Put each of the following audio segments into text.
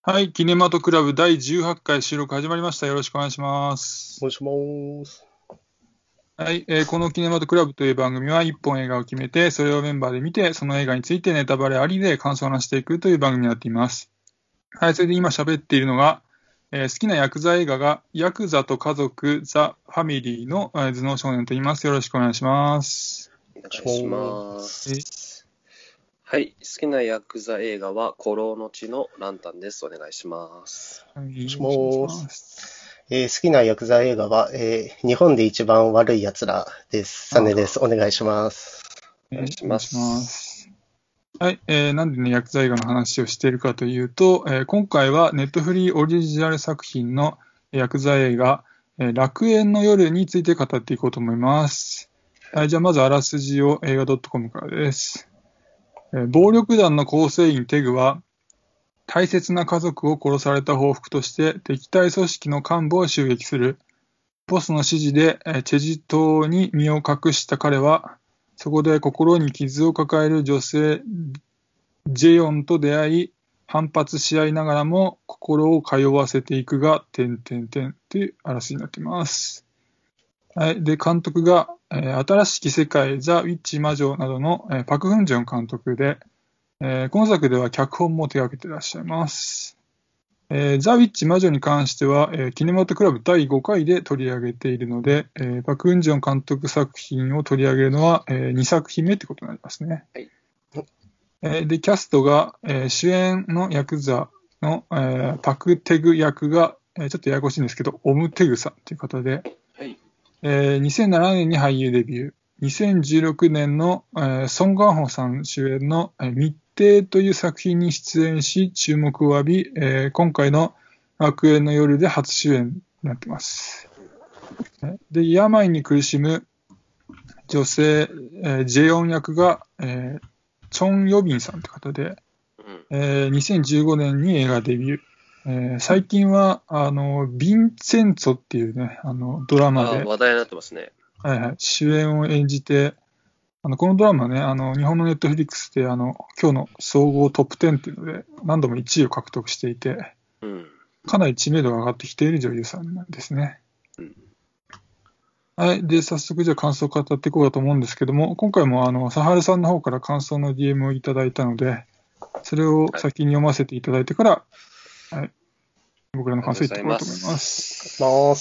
はい、キネマトクラブ第18回収録始まりました。よろしくお願いします。 もしもーす。 はい、このキネマトクラブという番組は1本映画を決めて、それをメンバーで見て、その映画についてネタバレありで感想を話していくという番組になっています。はい、それで今喋っているのが、好きなヤクザ映画が、ヤクザと家族、ザ・ファミリーの頭脳少年と言います。よろしくお願いします。 お願いします。はい、好きなヤクザ映画は、孤狼の血のランタンです。お願いします。 はい、 もしもーす。好きなヤクザ映画は、日本で一番悪い奴らです。サネです。お願いします。 お願いします。 はい、なんでね、ヤクザ映画の話をしているかというと、今回はネットフリーオリジナル作品のヤクザ映画、楽園の夜について語っていこうと思います。はい、じゃあまずあらすじを映画 .com からです。暴力団の構成員テグは、大切な家族を殺された報復として敵対組織の幹部を襲撃する。ボスの指示でチェジ島に身を隠した彼は、そこで心に傷を抱える女性ジェヨンと出会い、反発し合いながらも心を通わせていくが、というあらすじになっています。はい、で、監督が、新しき世界、ザ・ウィッチ魔女などの、パク・フンジョン監督で、この作では脚本も手掛けていらっしゃいます。ザ・ウィッチ魔女に関しては、キネマトクラブ第5回で取り上げているので、パク・フンジョン監督作品を取り上げるのは、2作品目ということになりますね。 はい。 で、キャストが、主演のヤクザの、パク・テグ役が、ちょっとややこしいんですけど、オム・テグさんという方で、 はい。 2007年に俳優デビュー、2016年の、ソン・ガンホさん主演の、密偵という作品に出演し、注目を浴び、今回の楽園の夜で初主演になっています。で、病に苦しむ女性、ジェヨン役が、チョン・ヨビンさんという方で、2015年に映画デビュー。最近は、ヴィンチェンツォっていうね、ドラマで、 話題になってますね。 はいはい、主演を演じて、このドラマね、日本のネットフリックスで、今日の総合トップ10っていうので、何度も1位を獲得していて、かなり知名度が上がってきている女優さんなんですね。はい。で、早速じゃあ感想を語っていこうかと思うんですけども、今回もサハルさんの方から感想の DM をいただいたので、それを先に読ませていただいてから、はい。僕らの感想を言っていこうと思います。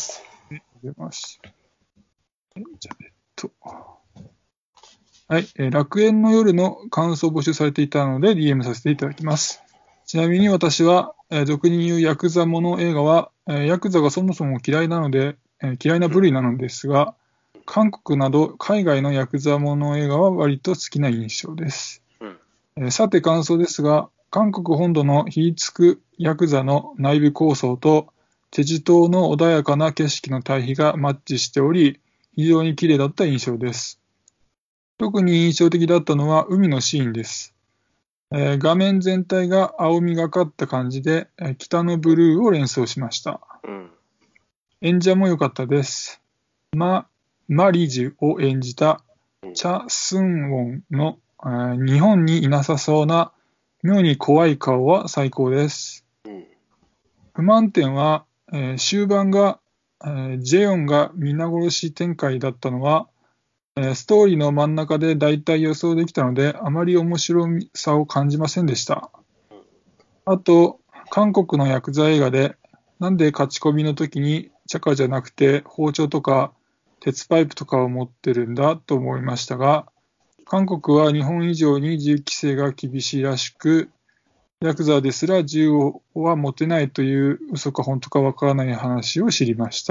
はい。楽園の夜の感想を募集されていたので DM させていただきます。ちなみに私は、俗に言うヤクザもの映画は、ヤクザがそもそも嫌いなので、嫌いな部類なのですが、韓国など海外のヤクザもの映画は割と好きな印象です。さて感想ですが、韓国本土の火つくヤクザの内部構想と、チェジ島の穏やかな景色の対比がマッチしており、非常に綺麗だった印象です。特に印象的だったのは海のシーンです。画面全体が青みがかった感じで、北のブルーを連想しました。演者も良かったです。マリジュを演じたチャ・スンウォンの日本にいなさそうな妙に怖い顔は最高です。不満点は、終盤が、ジェヨンが皆殺し展開だったのは、ストーリーの真ん中で大体予想できたので、あまり面白さを感じませんでした。あと、韓国のヤクザ映画で、なんで勝ち込みの時にチャカじゃなくて包丁とか鉄パイプとかを持ってるんだと思いましたが、韓国は日本以上に銃規制が厳しいらしく、ヤクザですら銃は持てないという嘘か本当かわからない話を知りました。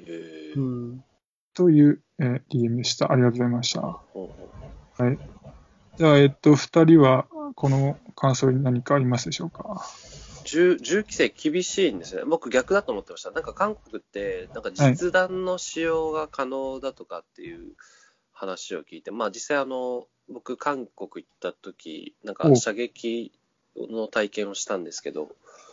という、DM でした。ありがとうございました。はい。じゃあ、2人はこの感想に何かありますでしょうか？ 銃規制厳しいんですね。僕逆だと思ってました。なんか韓国ってなんか実弾の使用が可能だとかっていう話を聞いて、まあ実際僕韓国行った時なんか射撃の体験をしたんですけど、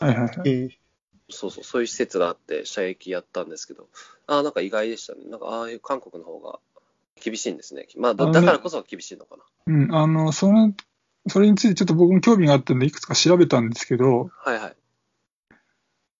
そういう施設があって射撃やったんですけど、なんか意外でしたね。なんかああいう韓国の方が厳しいんですね。まあだからこそ厳しいのかな。 それについてちょっと僕も興味があったんでいくつか調べたんですけど、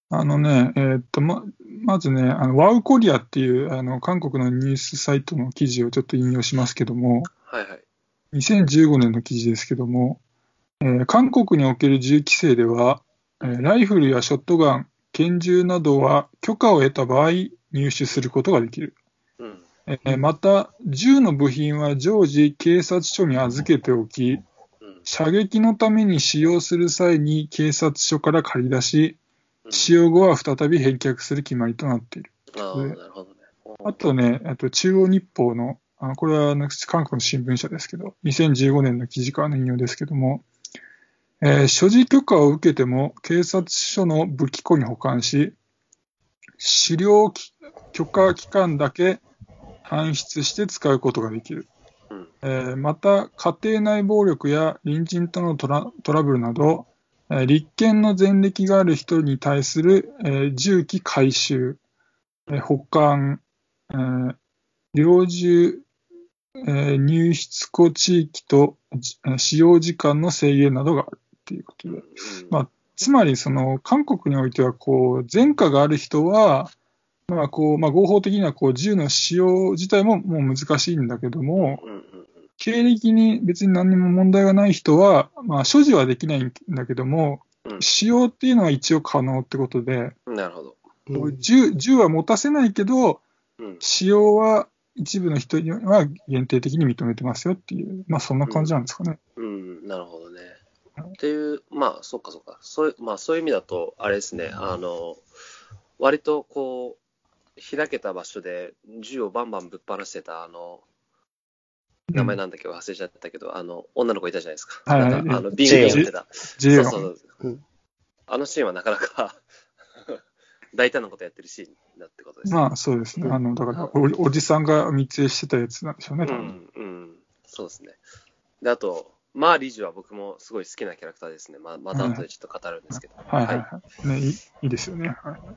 まずね、ワウコリアっていう韓国のニュースサイトの記事をちょっと引用しますけども、 はいはい。 2015年の記事ですけども、韓国における銃規制では、ライフルやショットガン、拳銃などは許可を得た場合入手することができる。 うん。 また、銃の部品は常時警察署に預けておき、 うん。 射撃のために使用する際に警察署から借り出し、 うん使用後は再び返却する決まりとなっている。 ああ、なるほどね。 あとね、中央日報の、これは韓国の新聞社ですけど、2015年の記事からの引用ですけども、所持許可を受けても警察署の武器庫に保管し、狩猟許可期間だけ搬出して使うことができる。また、家庭内暴力や隣人とのトラブルなど、立件の前歴がある人に対する、銃器回収、保管、猟銃、入出庫地域と、使用時間の制限などがあるということで、つまりその韓国においては前科がある人は、合法的には銃の使用自体ももう難しいんだけども、経歴に別に何にも問題がない人は、所持はできないんだけども、使用っていうのは一応可能ってことで、 なるほど。 銃は持たせないけど、使用は一部の人には限定的に認めてますよっていう、そんな感じなんですかね。 なるほどね。っていう、そっか。そういう意味だと、あれですね、割と開けた場所で銃をバンバンぶっ放してた、名前なんだっけ忘れちゃったけど、女の子いたじゃないですか。なんか、ビンビン打ってた。そう。あのシーンはなかなか大胆なことやってるシーンだってことですね。 そうですね。だからおじさんが密営してたやつなんでしょうね、多分。 そうですね。で、あと、リジュは僕もすごい好きなキャラクターですね。また後でちょっと語るんですけど。 ね、いいですよね。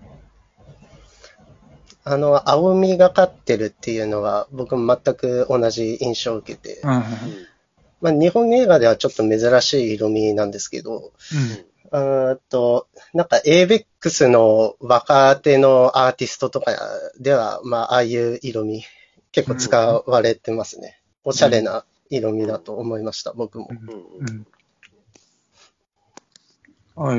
青みがかってるっていうのは、僕も全く同じ印象を受けて、日本映画ではちょっと珍しい色味なんですけど、なんか ABEX の若手のアーティストとかでは、ああいう色味結構使われてますね。おしゃれな色味だと思いました、僕も。 はい。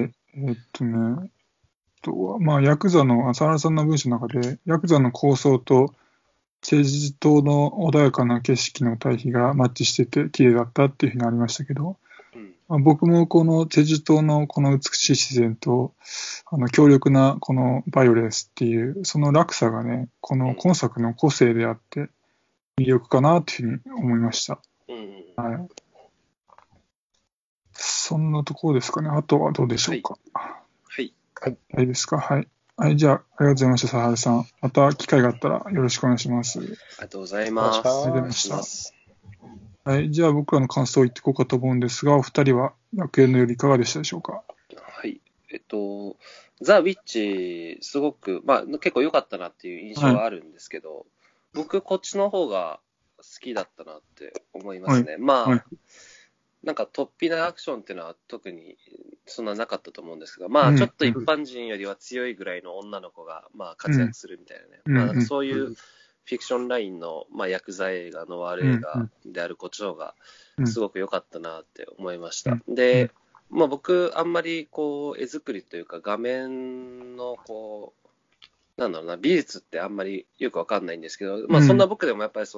ヤクザの、浅原さんの文章の中で、ヤクザの構想とチェジュ島の穏やかな景色の対比がマッチしてて綺麗だったっていうふうにありましたけど、僕もこのチェジュ島のこの美しい自然と、強力なこのバイオレンスっていう、その落差がね、今作の個性であって魅力かなというふうに思いました。そんなところですかね。あとはどうでしょうか。いいですか。じゃあ、ありがとうございました、佐原さん。また機会があったらよろしくお願いします。ありがとうございます。 ありがとうございました。じゃあ僕らの感想を言っていこうかと思うんですが、お二人は楽園の夜いかがでしたでしょうか。 ザ・ウィッチ、すごく、結構良かったなっていう印象はあるんですけど、僕、こっちの方が好きだったなって思いますね。なんか突飛なアクションっていうのは特にそんななかったと思うんですけど、ちょっと一般人よりは強いぐらいの女の子が活躍するみたいなね。なんかそういうフィクションラインのヤクザ映画、ノワール映画であるこっちの方がすごく良かったなって思いました。で、僕あんまり絵作りというか画面のなんだろうな、美術ってあんまりよくわかんないんですけど、そんな僕でもやっぱり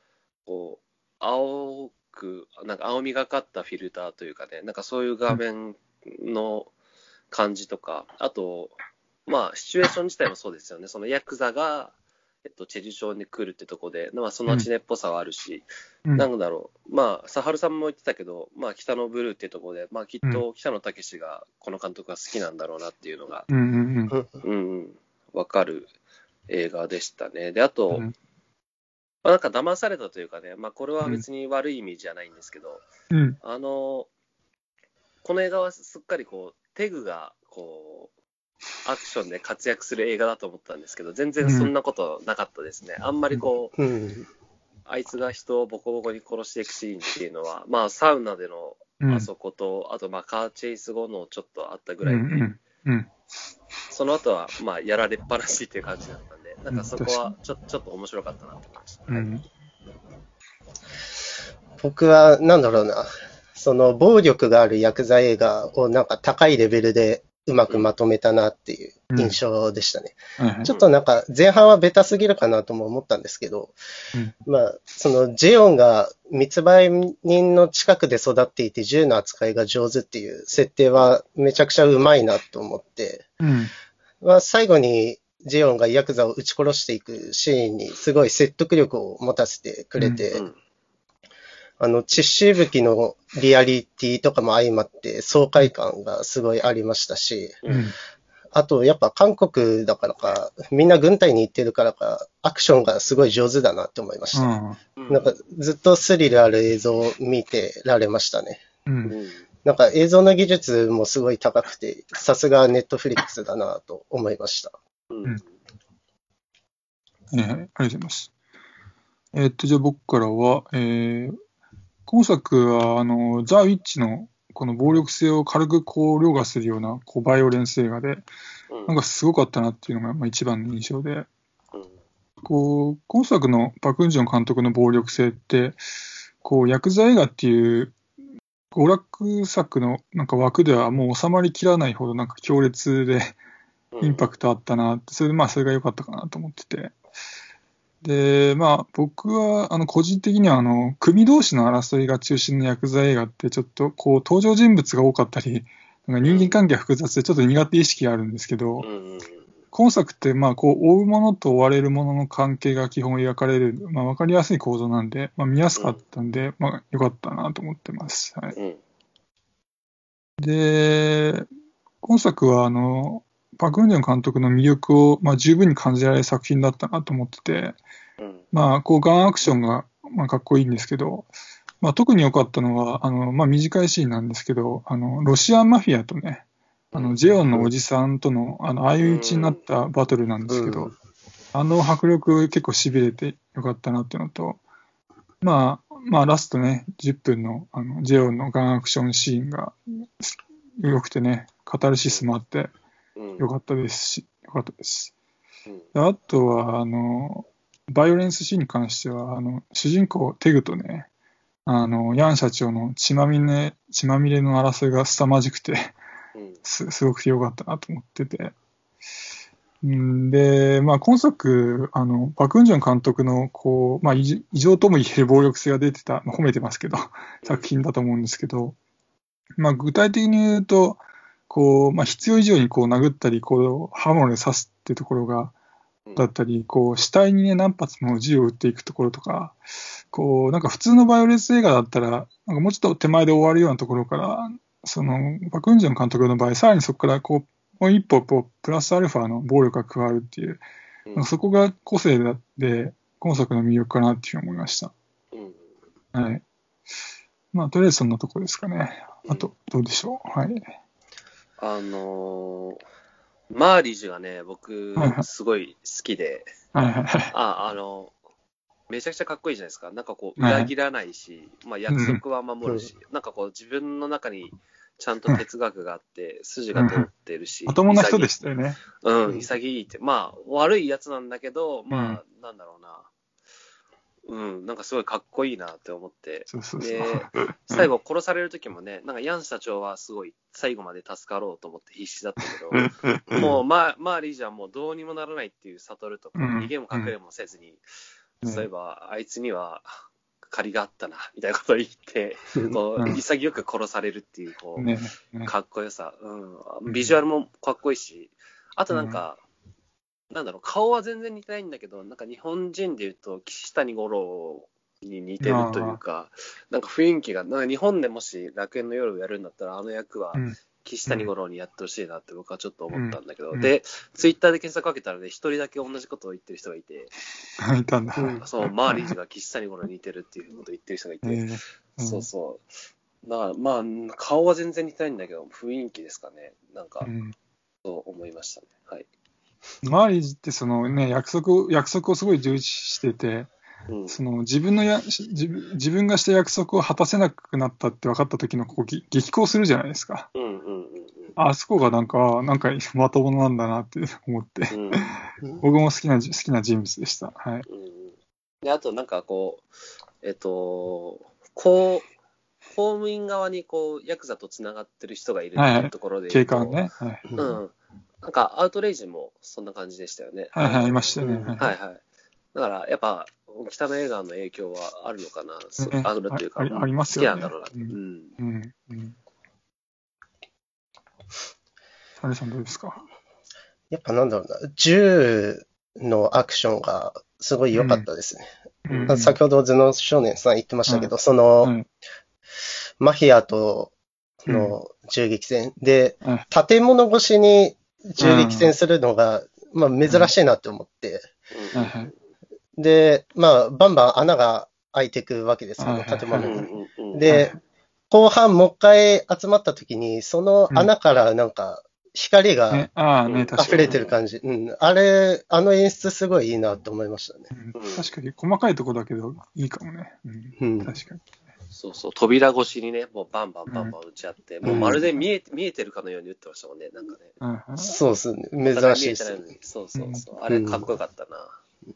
なんか青みがかったフィルターというかね、なんかそういう画面の感じとか、あと、シチュエーション自体もそうですよね。そのヤクザが、チェジュ島に来るってとこで、その地値っぽさはあるし、なんだろう、サハルさんも言ってたけど、北のブルーっていうところで、きっと北野武がこの監督が好きなんだろうなっていうのが、わかる映画でしたね。で、あと、なんか騙されたというかね、これは別に悪い意味じゃないんですけど、この映画はすっかりテグがアクションで活躍する映画だと思ったんですけど、全然そんなことなかったですね。あんまりあいつが人をボコボコに殺していくシーンっていうのは、サウナでのあそこと、あとカーチェイス後のちょっとあったぐらいで、 その後は、まあ、やられっぱなしっていう感じだったんで、なんかそこはちょっと面白かったなと思いました。うん、 僕は、なんだろうな、その暴力があるヤクザ映画をなんか高いレベルでうまくまとめたなっていう印象でしたね。ちょっとなんか前半はベタすぎるかなとも思ったんですけど、まあ、そのジェヨンが密売人の近くで育っていて銃の扱いが上手っていう設定はめちゃくちゃうまいなと思って、まあ、最後にジェヨンがヤクザを撃ち殺していくシーンにすごい説得力を持たせてくれて、窒息武器のリアリティとかも相まって爽快感がすごいありましたし、あとやっぱ韓国だからか、みんな軍隊に行ってるからか、アクションがすごい上手だなって思いました。なんかずっとスリルある映像を見てられましたね。なんか映像の技術もすごい高くて、さすがネットフリックスだなと思いました。 ありがとうございます。じゃあ僕からは、今作は、ザ・ウィッチのこの暴力性を軽くこう凌駕するようなこうバイオレンス映画で、なんかすごかったなっていうのがまあ一番の印象で、こう今作のパク・ンジョン監督の暴力性って、こうヤクザ映画っていう娯楽作のなんか枠ではもう収まりきらないほどなんか強烈でインパクトあったなって、それでまあそれが良かったかなと思ってて。で、まあ、僕は、個人的には、組同士の争いが中心のヤクザ映画って、ちょっと、こう、登場人物が多かったり、なんか人間関係が複雑で、ちょっと苦手意識があるんですけど、今作って、まあ、こう、追うものと追われるものの関係が基本描かれる、まあ、わかりやすい構造なんで、まあ、見やすかったんで、まあ、良かったなと思ってます。はい。で、今作は、パク・ウンジョン監督の魅力を、まあ、十分に感じられる作品だったなと思ってて、まあ、こう、ガンアクションが、まあ、かっこいいんですけど、まあ、特に良かったのは、まあ、短いシーンなんですけど、ロシアマフィアとね、ジェオンのおじさんとの、相打ちになったバトルなんですけど、迫力結構痺れて良かったなっていうのと、まあ、ラストね、10分の、ジェオンのガンアクションシーンが良くてね、カタルシスもあって、良かったですし、良かったです。あとは、バイオレンスシーンに関しては、主人公、テグとね、ヤン社長の血まみれの争いが凄まじくて、すごく良かったなと思ってて。で、まあ、今作、パク・ンジョン監督の、こう、まあ、異常とも言える暴力性が出てた、まあ、褒めてますけど、作品だと思うんですけど、まあ、具体的に言うと、こう、まあ、必要以上にこう殴ったり、こう、刃物で刺すっていうところが、だったり、こう、死体にね、何発も銃を撃っていくところとか、こう、なんか普通のバイオレンス映画だったら、なんかもうちょっと手前で終わるようなところから、パク・ンジョン監督の場合、さらにそこから、こう、もう一歩、プラスアルファの暴力が加わるっていう、そこが個性で、今作の魅力かなっていうふうに思いました。はい。まあ、とりあえずそんなところですかね。あと、どうでしょう。はい。 マーリージュがね、僕、すごい好きで、めちゃくちゃかっこいいじゃないですか。なんかこう、裏切らないし、まあ約束は守るし、なんかこう、自分の中にちゃんと哲学があって、筋が通ってるし。 まともな人でしたよね。 潔いって。まあ、悪いやつなんだけど、まあ、なんだろうな。なんかすごいかっこいいなって思って。で、最後殺される時もね、なんかヤン社長はすごい最後まで助かろうと思って必死だったけど、もうマーリーじゃもうどうにもならないっていう悟るとか、逃げも隠れもせずに、そういえばあいつには借りがあったな、みたいなことを言って、こう潔く殺されるっていう、こう、かっこよさ。ビジュアルもかっこいいし、あとなんか、なんだろう、顔は全然似てないんだけど、なんか日本人でいうと岸谷五郎に似てるというか、なんか雰囲気が、なんか日本でもし楽園の夜をやるんだったら、あの役は岸谷五郎にやってほしいなって僕はちょっと思ったんだけど、で、ツイッターで検索かけたらね、一人だけ同じことを言ってる人がいて、 いたんだ。 そう、マーリーズが岸谷五郎に似てるっていうことを言ってる人がいて、そうそう。だからまあ、顔は全然似てないんだけど、雰囲気ですかね。なんか、そう思いましたね。はい。 マーリーズってそのね、約束をすごい重視してて、その自分がした約束を果たせなくなったって分かった時のこう激高するじゃないですか。 あそこがなんかまともなんだなって思って、僕も好きな人物でした。はい。 で、あとなんかこう、公務員側にこう、ヤクザとつながってる人がいるっていうところで言うと、 警官ね。はい。 なんかアウトレイジもそんな感じでしたよね。 はい、いましたね。 はいはい。だからやっぱ、北の映画の影響はあるのかな、あるっていうか、 ありますよね。 好きなんだろうな。 サネさんどうですか？ やっぱなんだろうな、銃のアクションがすごい良かったですね。先ほど頭脳少年さん言ってましたけど、その、マフィアとの銃撃戦で、建物越しに銃撃戦するのが、まあ珍しいなって思って、で、まあバンバン穴が開いていくわけですけど、建物に。で、後半もう一回集まった時に、その穴からなんか光が溢れてる感じ。あの演出すごいいいなって思いましたね。 確かに細かいとこだけどいいかもね。確かに。 そうそう、扉越しにね、もうバンバン打ち合って、もうまるで見えてるかのように打ってましたもんね、なんかね。 そうですね、珍しいですね。 そう、あれかっこよかったな。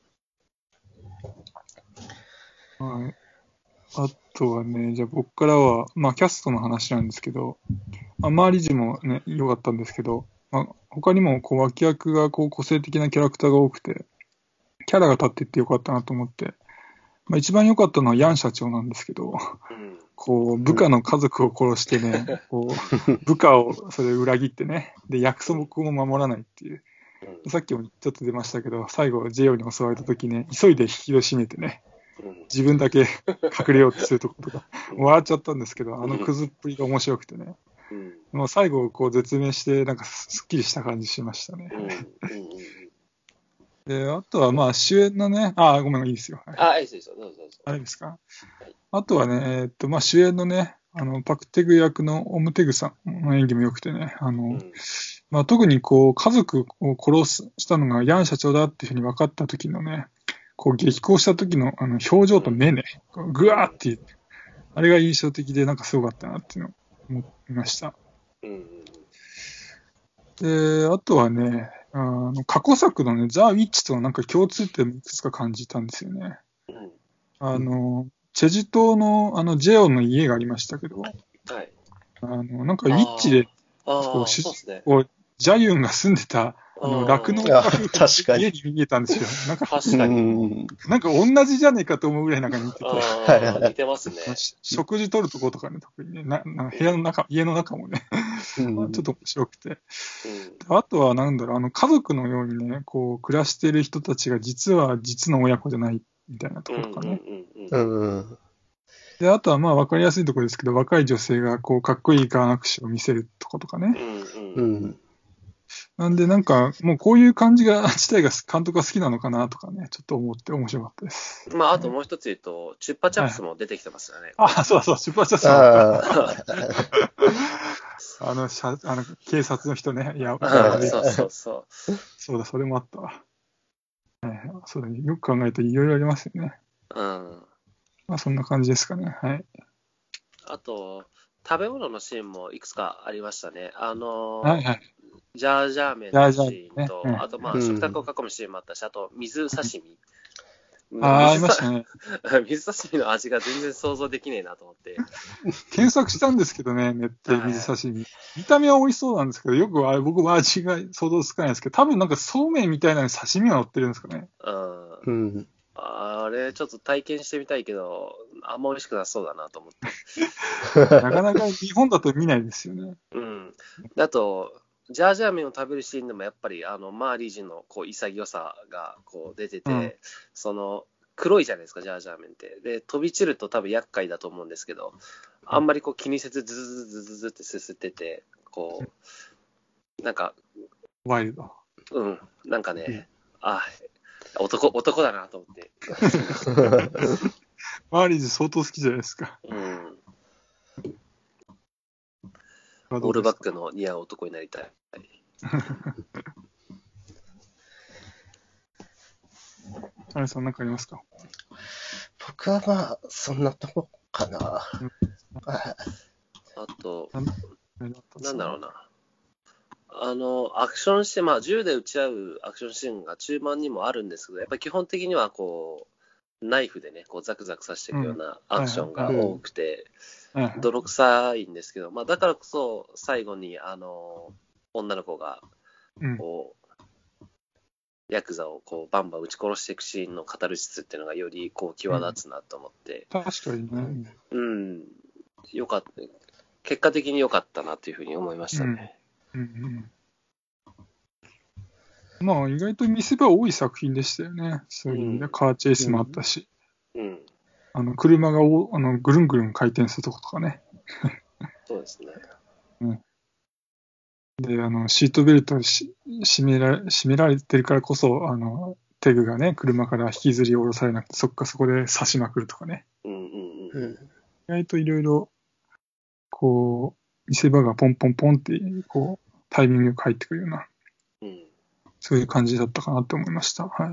はい。あとはね、じゃあ僕からは、まあキャストの話なんですけど、マーリジもね、良かったんですけど、他にもこう脇役がこう個性的なキャラクターが多くて、キャラが立っていって良かったなと思って、一番良かったのはヤン社長なんですけど、こう部下の家族を殺してね、こう部下をそれ裏切ってね、で約束も守らないっていう。さっきもちょっと出ましたけど、最後ジェオに襲われた時ね、急いで引き戸閉めてね、自分だけ隠れようとするところとか、笑っちゃったんですけど、クズっぷりが面白くてね、もう最後こう絶命して、なんかすっきりした感じしましたね。で、あとはまあ主演のね、ごめん、いいですよ。 いいですよ、どうぞ。 あれですか。あとはね、まあ主演のね、パクテグ役のオムテグさんの演技も良くてね、まあ特にこう家族を殺したのがヤン社長だっていうふうに分かった時のね、こう激高した時の表情と目ね、ぐわーっていう、あれが印象的でなんかすごかったなっていうのを思いました。で、あとはね、過去作のね、ザ・ウィッチとなんか共通点をいくつか感じたんですよね。チェジ島のジェオの家がありましたけど、なんかウィッチで、こうジャユンが住んでた、酪農家夫婦家に見えたんですよ。なんか同じじゃねえかと思うぐらいなんか似てて。 似てますね。 食事取るところとかね、特にね、家の中もね、ちょっと面白くて。あとはなんだろう、家族のようにね、こう、暮らしている人たちが実は実の親子じゃないみたいなところとかね。で、あとはまあ分かりやすいところですけど、若い女性がこう、かっこいいガン握手を見せるとことかね。なんでなんか、もうこういう感じが、自体が監督が好きなのかなとかね、ちょっと思って面白かったです。 まあ、あともう一つ言うと、チュッパチャプスも出てきてますよね。 そう、チュッパチャプスも。警察の人ね。 そうだ、それもあったわ。そうだね。よく考えていろいろありますよね。まあ、そんな感じですかね。はい。 あと、食べ物のシーンもいくつかありましたね。ジャージャー麺のシーンと、あとまあ食卓を囲むシーンもあったし、あと水刺身。 ありましたね。 水刺身の味が全然想像できねえなと思って。 検索したんですけどね、ネットで水刺身。見た目は美味しそうなんですけど、よく僕は味が想像つかないんですけど、多分なんかそうめんみたいなのに刺身が乗ってるんですかね。 あれ、ちょっと体験してみたいけど、あんま美味しくなさそうだなと思って。 なかなか日本だと見ないですよね。 あと、ジャージャー麺を食べるシーンでもやっぱりマーリージのこう潔さがこう出てて、その黒いじゃないですか、ジャージャー麺って。で、飛び散ると多分厄介だと思うんですけど、あんまりこう気にせずズズズズズってすすってて、こう、なんか、 ワイルド。 なんかね、男だなと思って。 マーリージ相当好きじゃないですか。 オールバックの似合う男になりたい。 あれさん何かありますか？ 僕はまあ、そんなとこかな。 あと、なんだろうな。 アクションシーン、まあ、銃で撃ち合うアクションシーンが中盤にもあるんですけど、やっぱり基本的にはこう、ナイフでね、こうザクザク刺していくようなアクションが多くて、泥臭いんですけど、まあ、だからこそ最後に女の子がこう、ヤクザをこうバンバン撃ち殺していくシーンのカタルシスっていうのがよりこう際立つなと思って、 確かにね、 よかった、結果的に良かったなというふうに思いましたね。 まあ意外と見せ場多い作品でしたよね。そういう意味でカーチェイスもあったし、車がぐるんぐるん回転するとことかね。 そうですね。で、シートベルト締められてるからこそ、テグがね、車から引きずり下ろされなくて、そこで刺しまくるとかね。意外といろいろ、こう、見せ場がポンポンポンって、こう、タイミングが入ってくるような、そういう感じだったかなと思いました。はい。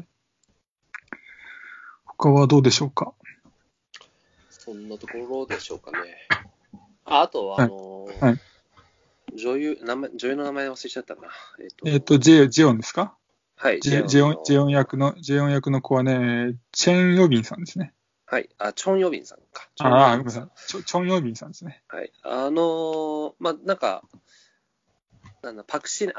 他はどうでしょうか？ そんなところでしょうかね。あとは、女優の名前忘れちゃったな。 ジェオンですか？ はい。 ジェオン役の子はね、チェン・ヨビンさんですね。 はい。チョン・ヨビンさんか。 ごめんなさい。チョン・ヨビンさんですね。 はい。まあ、なんか、パクシネ、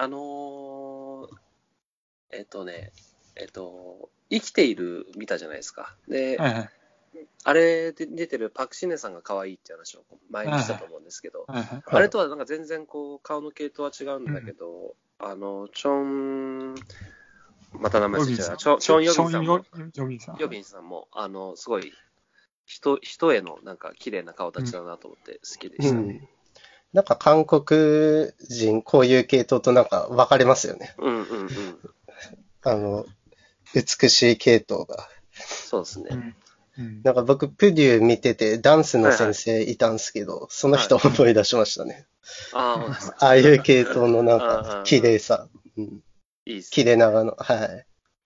生きている見たじゃないですか。で、あれで出てるパクシネさんが可愛いって話を前にしたと思うんですけど、あれとはなんか全然こう顔の系統は違うんだけど、チョン、また名前忘れちゃう。チョン・ヨビンさんも、すごい人へのなんか綺麗な顔立ちだなと思って好きでしたね。 なんか韓国人こういう系統となんか分かれますよね。美しい系統が。 そうですね。 なんか僕、プデュー見てて、ダンスの先生いたんですけど、その人を思い出しましたね。ああいう系統のなんか、綺麗さ。綺麗なはい。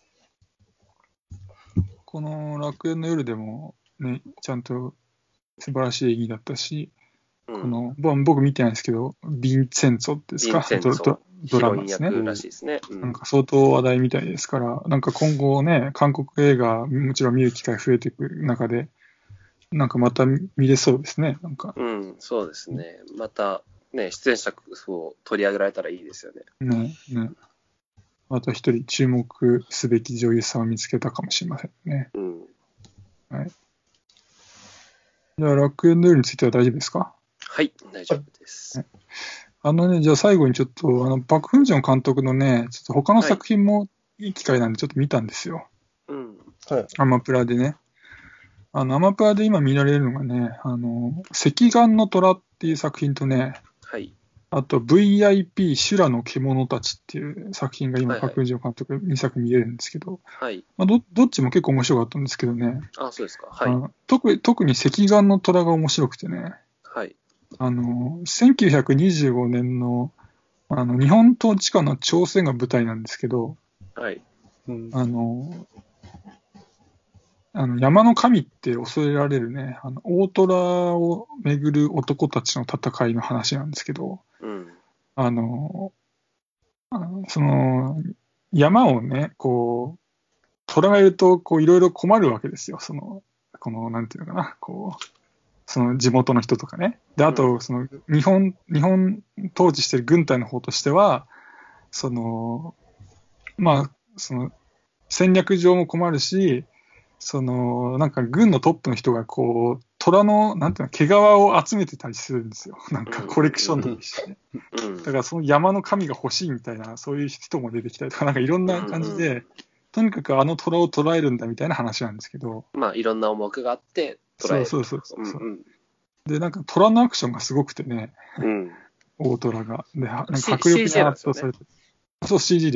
この楽園の夜でも、ね、ちゃんと素晴らしい演技だったし、僕見てないですけど、ヴィンセンツォってですか？ドラマですね。なんか相当話題みたいですから、なんか今後ね、韓国映画もちろん見る機会増えていく中で、なんかまた見れそうですね、なんか。 そうですね。またね、出演者を取り上げられたらいいですよね。 ね。また一人注目すべき女優さんを見つけたかもしれませんね。はい。じゃあ楽園の夜については大丈夫ですか？ はい、大丈夫です。 じゃあ最後にちょっと、パク・フンジョン監督のね、ちょっと他の作品もいい機会なんでちょっと見たんですよ。アマプラでね。アマプラで今見られるのがね、赤眼の虎っていう作品とね、あと VIP 修羅の獣たちっていう作品が今、パク・フンジョン監督2作見れるんですけど、どっちも結構面白かったんですけどね。 そうですか。 特に赤眼の虎が面白くてね。1925年の、日本統治下の朝鮮が舞台なんですけど、山の神って恐れられるね、大虎をめぐる男たちの戦いの話なんですけど、その、山をね、こう、虎がいると、こう、いろいろ困るわけですよ。なんていうのかな、こう、その地元の人とかね。で、あと、その、日本統治してる軍隊の方としては、戦略上も困るし、なんか軍のトップの人がこう、虎の、なんていうの、毛皮を集めてたりするんですよ。なんかコレクションとしてね。だからその山の神が欲しいみたいな、そういう人も出てきたりとか、なんかいろんな感じで、とにかく虎を捕らえるんだみたいな話なんですけど。 いろんな思惑があって、捕らえる。 そう。で、なんか虎のアクションがすごくてね、大虎が。で、なんか迫力に圧倒されて。そう、CG です。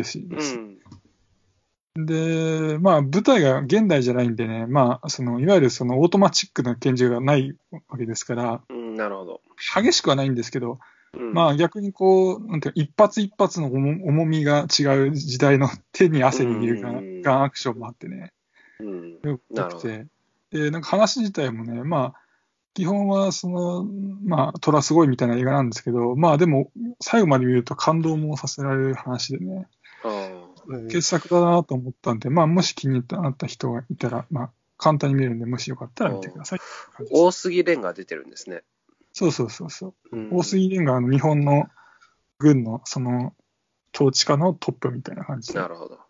で、舞台が現代じゃないんでね、いわゆるそのオートマチックな拳銃がないわけですから、 なるほど。 激しくはないんですけど、逆にこう、なんていうか、一発一発の重みが違う時代の手に汗握るガンアクションもあってね、よくて、で、なんか話自体もね、 基本は虎すごいみたいな映画なんですけど、でも、最後まで見ると感動もさせられる話でね、傑作だなと思ったんで、もし気になった人がいたら、簡単に見れるんで、もしよかったら見てください。 大杉蓮が出てるんですね。 そう。大杉蓮が日本の軍の統治下のトップみたいな感じで。 なるほど。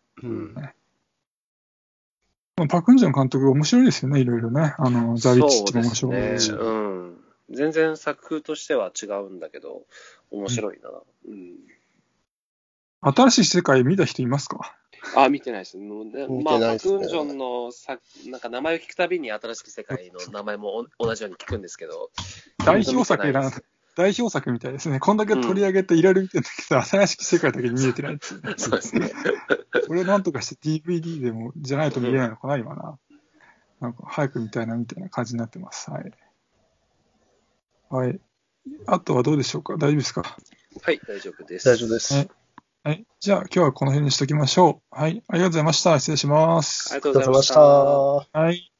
パク・ンジョン監督面白いですよね、いろいろね。ザ・ウィッチも面白いし。 全然作風としては違うんだけど、面白いな。 新しい世界見た人いますか？ 見てないです。パク・ンジョンのなんか名前を聞くたびに新しき世界の名前も同じように聞くんですけど。 代表作みたいですね。こんだけ取り上げていろいろ見てるんだけど、新しき世界だけ見えてないっていう、 そうですね。 これなんとかして DVD でもじゃないと見れないのかな、今な。なんか早く見たいなみたいな感じになってます。はい。あとはどうでしょうか？大丈夫ですか？ はい、大丈夫です。 大丈夫です。 はい。じゃあ今日はこの辺にしときましょう。はい。ありがとうございました。失礼します。 ありがとうございました。 はい。